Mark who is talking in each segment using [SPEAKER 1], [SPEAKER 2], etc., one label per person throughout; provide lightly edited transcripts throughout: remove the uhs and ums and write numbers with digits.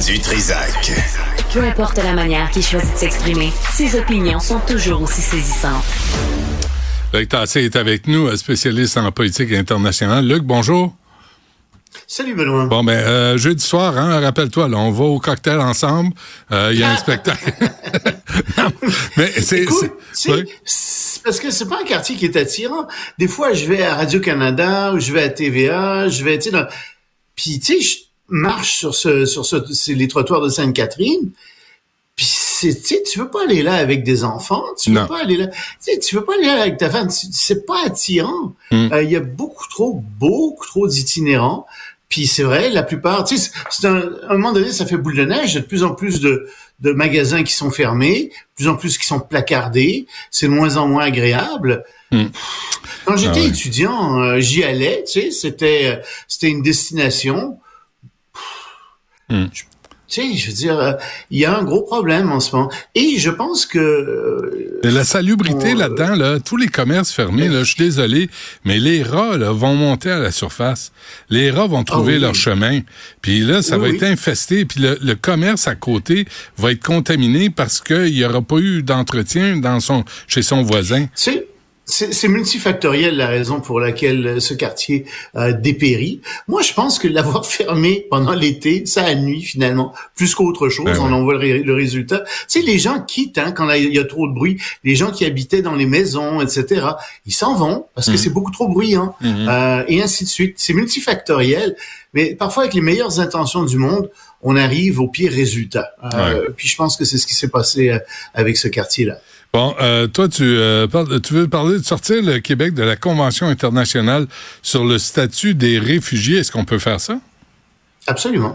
[SPEAKER 1] Du Trizac.
[SPEAKER 2] Peu importe la manière qu'il choisit de s'exprimer, ses opinions sont toujours aussi saisissantes.
[SPEAKER 3] Luc Tassé est avec nous, spécialiste en politique internationale. Luc, bonjour.
[SPEAKER 4] Salut Benoît.
[SPEAKER 3] Bon, jeudi soir, rappelle-toi, là, on va au cocktail ensemble. Il y a un spectacle. Non, mais
[SPEAKER 4] Écoute,
[SPEAKER 3] oui.
[SPEAKER 4] c'est parce que c'est pas un quartier qui est attirant. Des fois, je vais à Radio-Canada, ou je vais à TVA, puis tu sais, je marche sur les trottoirs de Sainte-Catherine. Puis tu veux pas aller là avec des enfants, tu veux pas aller là, tu veux pas aller là avec ta femme, c'est pas attirant. Il y a beaucoup trop d'itinérants. Puis c'est vrai, la plupart, tu sais, à un moment donné, ça fait boule de neige. Il y a de plus en plus de magasins qui sont fermés, de plus en plus qui sont placardés. C'est de moins en moins agréable. Quand j'étais étudiant, j'y allais, tu sais, c'était une destination. Tu sais, je veux dire, il y a un gros problème en ce moment. Et je pense que...
[SPEAKER 3] la salubrité là-dedans, là, tous les commerces fermés, là, je suis désolé, mais les rats là, vont monter à la surface. Les rats vont trouver leur chemin. Puis là, ça va être infesté. Puis le commerce à côté va être contaminé parce qu'il n'y aura pas eu d'entretien chez son voisin.
[SPEAKER 4] C'est multifactoriel la raison pour laquelle ce quartier dépérit. Moi, je pense que l'avoir fermé pendant l'été, ça a nuit finalement, plus qu'autre chose. On en voit le résultat. Tu sais, les gens quittent quand il y a trop de bruit. Les gens qui habitaient dans les maisons, etc., ils s'en vont parce que c'est beaucoup trop bruyant. Et ainsi de suite. C'est multifactoriel. Mais parfois, avec les meilleures intentions du monde, on arrive au pire résultat. Puis je pense que c'est ce qui s'est passé avec ce quartier-là.
[SPEAKER 3] Bon, toi, tu veux parler de sortir le Québec de la Convention internationale sur le statut des réfugiés. Est-ce qu'on peut faire ça?
[SPEAKER 4] Absolument.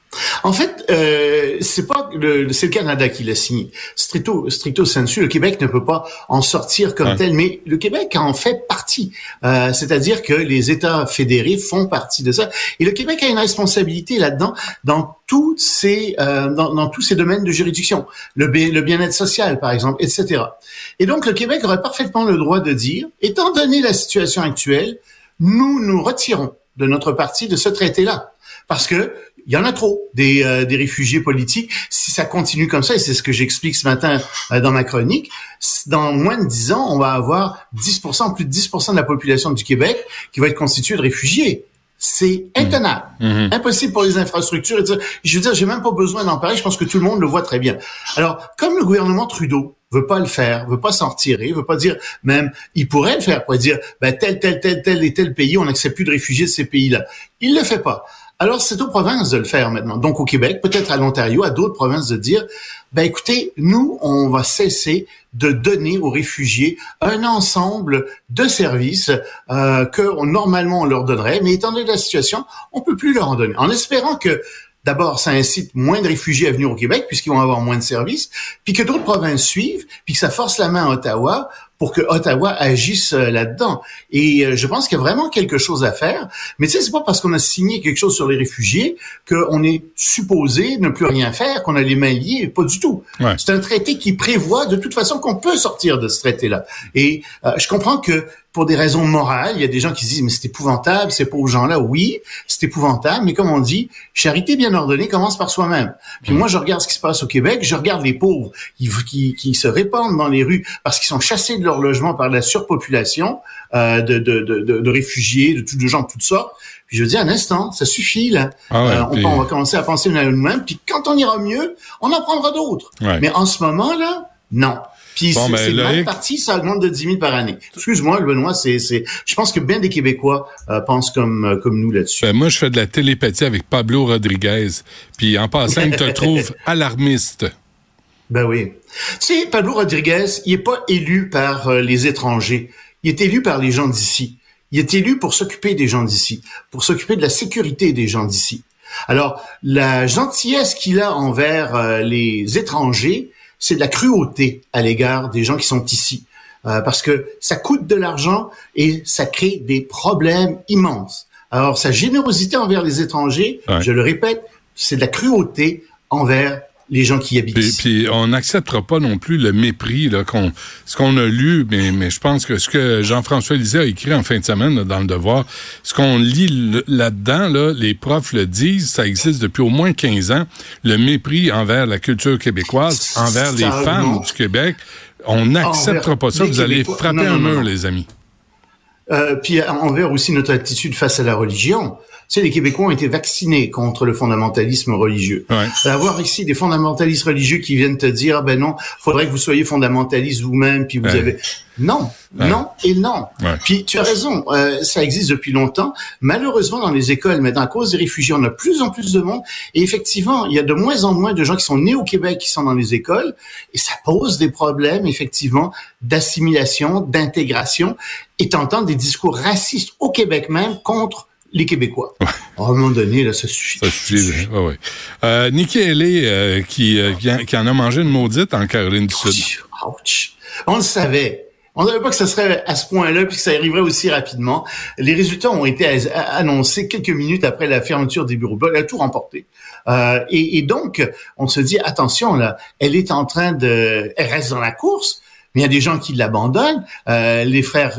[SPEAKER 4] En fait, c'est le Canada qui l'a signé. Stricto sensu, le Québec ne peut pas en sortir comme tel, mais le Québec en fait partie. C'est-à-dire que les États fédérés font partie de ça. Et le Québec a une responsabilité là-dedans dans tous ces domaines de juridiction. Le bien-être social, par exemple, etc. Et donc, le Québec aurait parfaitement le droit de dire, étant donné la situation actuelle, nous retirons de notre partie de ce traité-là. Parce que il y en a trop des réfugiés politiques. Si ça continue comme ça, et c'est ce que j'explique ce matin dans ma chronique, dans moins de 10 ans, on va avoir plus de 10% de la population du Québec qui va être constituée de réfugiés. C'est intenable. Impossible pour les infrastructures. Je veux dire, j'ai même pas besoin d'en parler. Je pense que tout le monde le voit très bien. Alors, comme le gouvernement Trudeau veut pas le faire, veut pas s'en retirer, veut pas dire, même, il pourrait le faire, pourrait dire, tel et tel pays, on n'accepte plus de réfugiés de ces pays-là. Il le fait pas. Alors, c'est aux provinces de le faire maintenant. Donc, au Québec, peut-être à l'Ontario, à d'autres provinces de dire, écoutez, nous, on va cesser de donner aux réfugiés un ensemble de services que normalement on leur donnerait, mais étant donné la situation, on peut plus leur en donner. En espérant que, d'abord, ça incite moins de réfugiés à venir au Québec, puisqu'ils vont avoir moins de services, puis que d'autres provinces suivent, puis que ça force la main à Ottawa pour que Ottawa agisse là-dedans. Et je pense qu'il y a vraiment quelque chose à faire. Mais tu sais, c'est pas parce qu'on a signé quelque chose sur les réfugiés qu'on est supposé ne plus rien faire, qu'on a les mains liées. Pas du tout. C'est un traité qui prévoit de toute façon qu'on peut sortir de ce traité-là. Et je comprends que pour des raisons morales, il y a des gens qui disent, mais c'est épouvantable, ces pauvres gens-là. Oui, c'est épouvantable, mais comme on dit, charité bien ordonnée commence par soi-même. Puis moi, je regarde ce qui se passe au Québec, je regarde les pauvres qui se répandent dans les rues parce qu'ils sont chassés de leur logement par la surpopulation de réfugiés, de gens de toutes sortes. Puis je dis, un instant, ça suffit, là. On va commencer à penser à nous-mêmes, puis quand on ira mieux, on en prendra d'autres. Mais en ce moment-là, non. Puis c'est mal parti, ça augmente de 10 000 par année. Excuse-moi, Benoît, je pense que bien des Québécois pensent comme nous là-dessus.
[SPEAKER 3] Moi, je fais de la télépathie avec Pablo Rodriguez. Puis en passant, il te trouve alarmiste.
[SPEAKER 4] Ben oui. Tu sais, Pablo Rodriguez, il est pas élu par les étrangers. Il est élu par les gens d'ici. Il est élu pour s'occuper des gens d'ici, pour s'occuper de la sécurité des gens d'ici. Alors, la gentillesse qu'il a envers les étrangers, c'est de la cruauté à l'égard des gens qui sont ici. Parce que ça coûte de l'argent et ça crée des problèmes immenses. Alors, sa générosité envers les étrangers, je le répète, c'est de la cruauté envers les gens qui y habitent ici.
[SPEAKER 3] Puis on n'acceptera pas non plus le mépris là, ce qu'on a lu, mais je pense que ce que Jean-François Lisée a écrit en fin de semaine là, dans Le Devoir, ce qu'on lit là-dedans, là, les profs le disent, ça existe depuis au moins 15 ans, le mépris envers la culture québécoise, envers les femmes du Québec. On n'acceptera pas ça. Vous allez frapper un mur, les amis.
[SPEAKER 4] Puis envers aussi notre attitude face à la religion. Tu sais, les Québécois ont été vaccinés contre le fondamentalisme religieux. Ouais. Avoir ici des fondamentalistes religieux qui viennent te dire, ah ben non, faudrait que vous soyez fondamentaliste vous-même, puis vous avez... Non, non et non. Ouais. Puis tu as raison, ça existe depuis longtemps. Malheureusement, dans les écoles, mais à cause des réfugiés, on a de plus en plus de monde. Et effectivement, il y a de moins en moins de gens qui sont nés au Québec qui sont dans les écoles. Et ça pose des problèmes, effectivement, d'assimilation, d'intégration. Et t'entends des discours racistes au Québec même contre les Québécois. Ouais. À un moment donné, là, ça suffit.
[SPEAKER 3] Ça suffit, oui. Nikki Haley, qui en a mangé une maudite en Caroline du Sud.
[SPEAKER 4] Ouch. On le savait. On ne savait pas que ça serait à ce point-là puis que ça arriverait aussi rapidement. Les résultats ont été annoncés quelques minutes après la fermeture des bureaux. Elle a tout remporté. Et donc, on se dit, attention, là, elle reste dans la course. Mais il y a des gens qui l'abandonnent. Les frères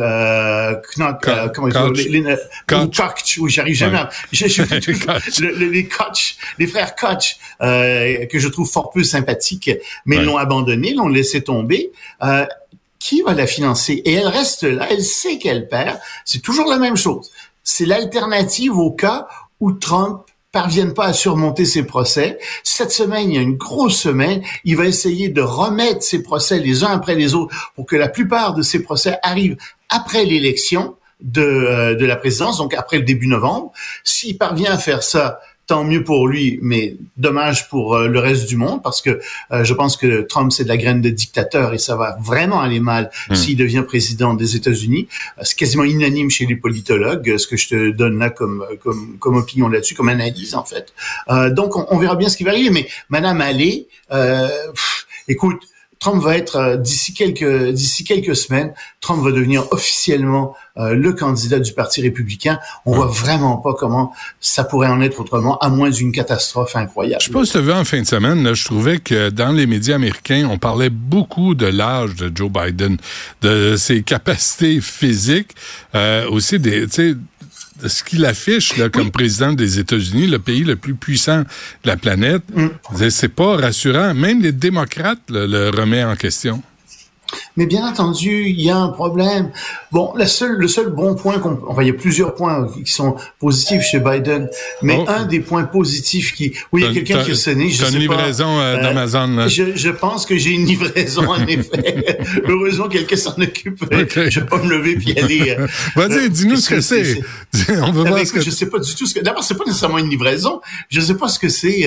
[SPEAKER 4] Koch, oui, j'arrive jamais. Les Koch, les frères Koch, que je trouve fort peu sympathiques, mais l'ont abandonné, l'ont laissé tomber. Qui va la financer? Et elle reste là. Elle sait qu'elle perd. C'est toujours la même chose. C'est l'alternative au cas où Trump parviennent pas à surmonter ses procès. Cette semaine, il y a une grosse semaine, il va essayer de remettre ses procès les uns après les autres pour que la plupart de ces procès arrivent après l'élection de la présidence, donc après le début novembre. S'il parvient à faire ça, tant mieux pour lui, mais dommage pour le reste du monde, parce que je pense que Trump, c'est de la graine de dictateur et ça va vraiment aller mal s'il devient président des États-Unis. C'est quasiment unanime chez les politologues, ce que je te donne là comme opinion là-dessus, comme analyse en fait. Donc, on verra bien ce qui va arriver. Mais Madame Haley, écoute, Trump va être d'ici quelques semaines, Trump va devenir officiellement le candidat du Parti républicain. On voit vraiment pas comment ça pourrait en être autrement, à moins d'une catastrophe incroyable.
[SPEAKER 3] Je sais pas si tu as vu en fin de semaine, là, je trouvais que dans les médias américains, on parlait beaucoup de l'âge de Joe Biden, de ses capacités physiques, aussi des, tu sais, ce qu'il affiche là, comme président des États-Unis, le pays le plus puissant de la planète, c'est pas rassurant. Même les démocrates le remettent en question.
[SPEAKER 4] Mais bien entendu, il y a un problème. Bon, le seul bon point il y a plusieurs points qui sont positifs chez Biden, mais un des points positifs il y a quelqu'un qui a sonné, je sais pas.
[SPEAKER 3] T'as une livraison d'Amazon, là.
[SPEAKER 4] Je pense que j'ai une livraison, en effet. Heureusement, quelqu'un s'en occupe. Okay. Je vais pas me lever puis aller.
[SPEAKER 3] Vas-y, dis-nous ce que c'est. On veut voir ce que...
[SPEAKER 4] Je sais pas du tout ce que... D'abord, c'est pas nécessairement une livraison. Je sais pas ce que c'est.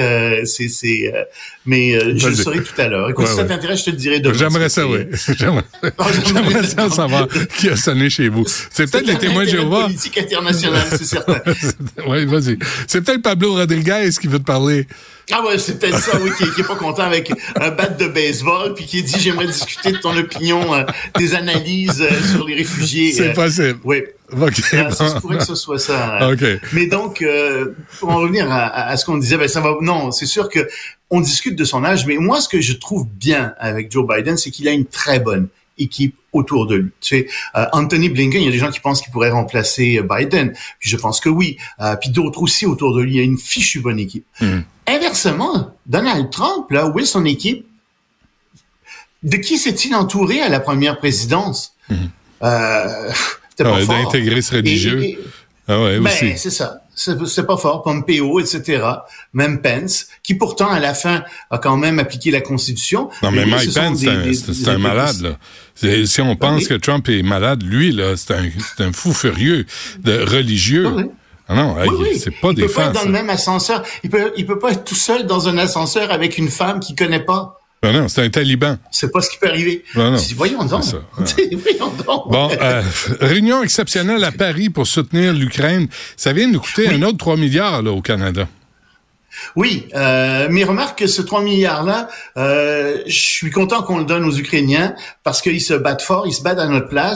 [SPEAKER 4] Mais je le saurai tout à l'heure. Écoute, si ça t'intéresse, je te le dirai demain.
[SPEAKER 3] J'aimerais ça, oui. J'aimerais ça savoir qui a sonné chez vous. C'est peut-être les témoins de Jéhovah.
[SPEAKER 4] Politique internationale, c'est certain.
[SPEAKER 3] Oui, vas-y. C'est peut-être Pablo Rodriguez qui veut te parler.
[SPEAKER 4] Ah ouais, c'est peut-être ça, oui, qui est pas content avec un bat de baseball, puis qui dit j'aimerais discuter de ton opinion, des analyses sur les réfugiés.
[SPEAKER 3] C'est possible.
[SPEAKER 4] Oui.
[SPEAKER 3] Okay,
[SPEAKER 4] ça se pourrait que ce soit ça.
[SPEAKER 3] Okay.
[SPEAKER 4] Mais donc, pour en revenir à ce qu'on disait, ça va. Non, c'est sûr que on discute de son âge, mais moi, ce que je trouve bien avec Joe Biden, c'est qu'il a une très bonne équipe autour de lui. Tu sais, Anthony Blinken, il y a des gens qui pensent qu'il pourrait remplacer Biden, puis je pense que oui. Puis d'autres aussi autour de lui, il y a une fichue bonne équipe. Inversement, Donald Trump, là, où est son équipe? De qui s'est-il entouré à la première présidence?
[SPEAKER 3] D'intégristes religieux. Aussi.
[SPEAKER 4] C'est ça. C'est pas fort. Pompeo, etc. Même Pence, qui pourtant, à la fin, a quand même appliqué la Constitution.
[SPEAKER 3] Non, mais Mike Pence, c'est un malade, là. Si on pense que Trump est malade, lui, là, c'est un fou furieux, religieux.
[SPEAKER 4] Oui.
[SPEAKER 3] Ah non, c'est pas des fans.
[SPEAKER 4] Il peut pas être dans le même ascenseur. Il peut pas être tout seul dans un ascenseur avec une femme qu'il connaît pas.
[SPEAKER 3] Non, c'est un taliban.
[SPEAKER 4] C'est pas ce qui peut arriver.
[SPEAKER 3] Non.
[SPEAKER 4] Voyons donc. Voyons donc.
[SPEAKER 3] Bon, réunion exceptionnelle à Paris pour soutenir l'Ukraine. Ça vient de nous coûter un autre 3 milliards là, au Canada.
[SPEAKER 4] Oui, mais remarque que ce 3 milliards-là, je suis content qu'on le donne aux Ukrainiens parce qu'ils se battent fort, ils se battent à notre place.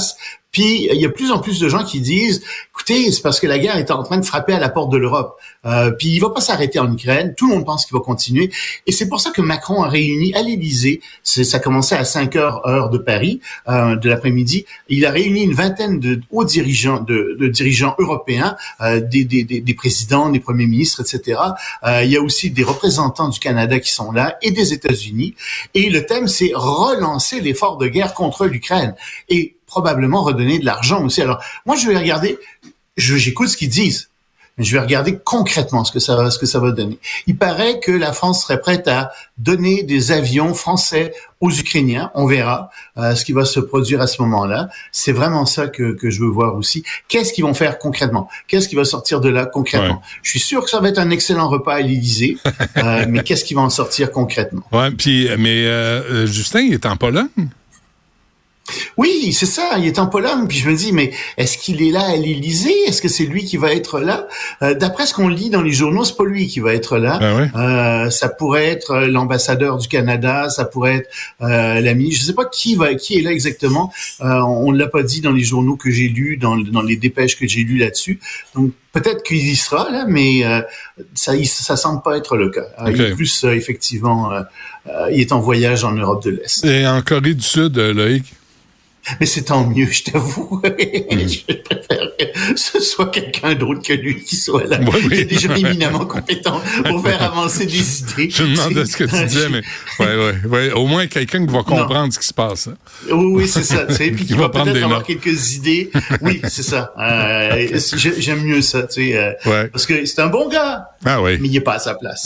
[SPEAKER 4] Puis il y a plus en plus de gens qui disent, écoutez, c'est parce que la guerre est en train de frapper à la porte de l'Europe. Puis il va pas s'arrêter en Ukraine. Tout le monde pense qu'il va continuer. Et c'est pour ça que Macron a réuni à l'Élysée. Ça commençait à 5h heure de Paris de l'après-midi. Il a réuni une vingtaine de hauts dirigeants, de dirigeants européens, des présidents, des premiers ministres, etc. Il y a aussi des représentants du Canada qui sont là et des États-Unis. Et le thème, c'est relancer l'effort de guerre contre l'Ukraine. Et probablement redonner de l'argent aussi. Alors, moi, je vais regarder, j'écoute ce qu'ils disent, mais je vais regarder concrètement ce que ça va donner. Il paraît que la France serait prête à donner des avions français aux Ukrainiens. On verra ce qui va se produire à ce moment-là. C'est vraiment ça que je veux voir aussi. Qu'est-ce qu'ils vont faire concrètement? Qu'est-ce qui va sortir de là concrètement? Ouais. Je suis sûr que ça va être un excellent repas à l'Élysée, mais qu'est-ce qui va en sortir concrètement?
[SPEAKER 3] Ouais, mais Justin, il est en Pologne?
[SPEAKER 4] Oui, c'est ça. Il est en Pologne. Puis je me dis, mais est-ce qu'il est là à l'Élysée? Est-ce que c'est lui qui va être là? D'après ce qu'on lit dans les journaux, c'est pas lui qui va être là. Ah ouais? Ça pourrait être l'ambassadeur du Canada, ça pourrait être l'ami. Je sais pas qui est là exactement. On l'a pas dit dans les journaux que j'ai lus, dans les dépêches que j'ai lues là-dessus. Donc peut-être qu'il y sera là, mais ça semble pas être le cas. Okay. Il est plus effectivement, il est en voyage en Europe de l'Est.
[SPEAKER 3] Et en Corée du Sud, Loïc?
[SPEAKER 4] Mais c'est tant mieux, je t'avoue. Je préfère que ce soit quelqu'un d'autre que lui qui soit là. Oui. Qui est déjà éminemment compétent pour faire avancer des idées.
[SPEAKER 3] Je me demandais ce que tu disais, mais ouais. Au moins quelqu'un qui va comprendre ce qui se passe. Hein.
[SPEAKER 4] Oui, c'est ça. Tu sais, puis qui va peut-être avoir quelques idées. Oui, c'est ça. J'aime mieux ça, tu sais. Parce que c'est un bon gars.
[SPEAKER 3] Ah oui.
[SPEAKER 4] Mais il n'est pas à sa place.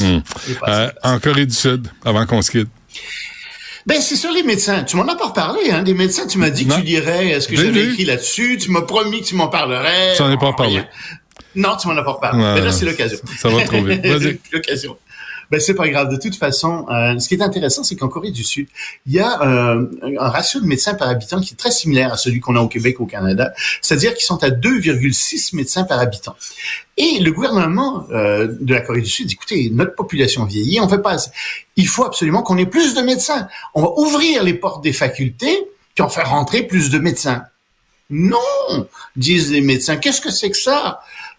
[SPEAKER 3] En Corée du Sud, avant qu'on se quitte.
[SPEAKER 4] Ben, c'est sur les médecins. Tu m'en as pas reparlé, hein, des médecins. Tu m'as dit que tu lirais ce que j'avais écrit là-dessus. Tu m'as promis que tu m'en parlerais.
[SPEAKER 3] Tu n'en as pas reparlé.
[SPEAKER 4] Non, tu m'en as pas reparlé. Mais là, c'est l'occasion.
[SPEAKER 3] Ça va trop vite. Vas-y.
[SPEAKER 4] L'occasion. Ben, c'est pas grave. De toute façon, ce qui est intéressant, c'est qu'en Corée du Sud, il y a un ratio de médecins par habitant qui est très similaire à celui qu'on a au Québec, au Canada. C'est-à-dire qu'ils sont à 2,6 médecins par habitant. Et le gouvernement de la Corée du Sud dit, écoutez, notre population vieillit, on fait pas assez. Il faut absolument qu'on ait plus de médecins. On va ouvrir les portes des facultés, puis on va faire rentrer plus de médecins. Non, disent les médecins. Qu'est-ce que c'est que ça?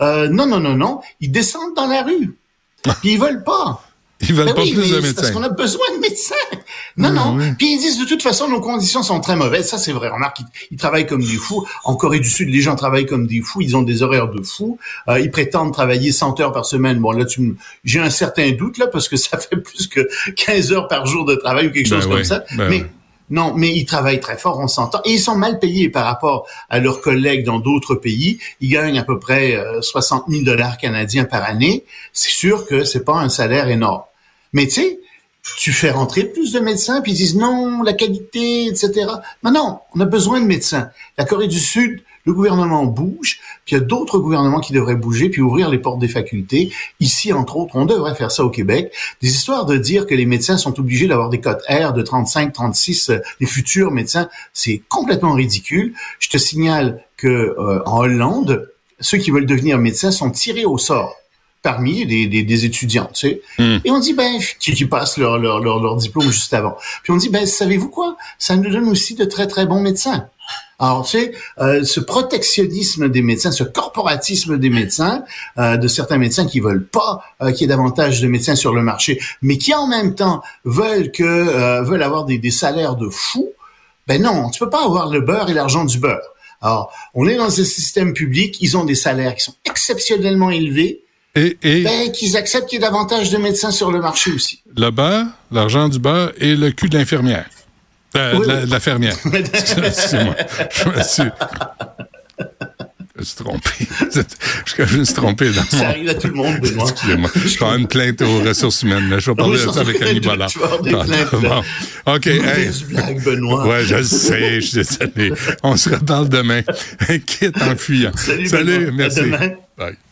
[SPEAKER 4] Non. Ils descendent dans la rue. Puis ils veulent pas.
[SPEAKER 3] Ils veulent pas plus de médecins.
[SPEAKER 4] Parce qu'on a besoin de médecins. Non. Puis ils disent, de toute façon, nos conditions sont très mauvaises. Ça, c'est vrai. Remarque, ils travaillent comme des fous. En Corée du Sud, les gens travaillent comme des fous. Ils ont des horaires de fous. Ils prétendent travailler 100 heures par semaine. Bon, là, j'ai un certain doute, là, parce que ça fait plus que 15 heures par jour de travail ou quelque chose comme ça. Non, mais ils travaillent très fort, on s'entend. Et ils sont mal payés par rapport à leurs collègues dans d'autres pays. Ils gagnent à peu près 60 000 $ canadiens par année. C'est sûr que c'est pas un salaire énorme. Mais tu sais, tu fais rentrer plus de médecins, puis ils disent non, la qualité, etc. Non, on a besoin de médecins. La Corée du Sud, le gouvernement bouge, puis il y a d'autres gouvernements qui devraient bouger, puis ouvrir les portes des facultés. Ici, entre autres, on devrait faire ça au Québec. Des histoires de dire que les médecins sont obligés d'avoir des cotes R de 35, 36, les futurs médecins, c'est complètement ridicule. Je te signale que en Hollande, ceux qui veulent devenir médecins sont tirés au sort parmi des étudiants, tu sais. Et on dit, qui passent leur diplôme juste avant. Puis on dit, savez-vous quoi? Ça nous donne aussi de très, très bons médecins. Alors, tu sais, ce protectionnisme des médecins, ce corporatisme des médecins, de certains médecins qui veulent pas qu'il y ait davantage de médecins sur le marché, mais qui en même temps veulent avoir des salaires de fous, non, tu peux pas avoir le beurre et l'argent du beurre. Alors, on est dans un système public, ils ont des salaires qui sont exceptionnellement élevés, qu'ils acceptent qu'il y ait davantage de médecins sur le marché aussi.
[SPEAKER 3] Le beurre, l'argent du beurre et le cul de l'infirmière. De la fermière. Excusez-moi. Je me suis trompé. Je me suis trompé.
[SPEAKER 4] Ça arrive à tout le monde, Benoît.
[SPEAKER 3] Excusez-moi. Je vais faire une plainte aux ressources humaines. Je vais parler de ça avec Annie Bollard. OK.
[SPEAKER 4] Mauvaise blague, Benoît.
[SPEAKER 3] Ouais, je le sais. Je suis désolé. On se reparle demain. Quitte en fuyant.
[SPEAKER 4] Salut,
[SPEAKER 3] merci.
[SPEAKER 4] À demain.
[SPEAKER 3] Bye.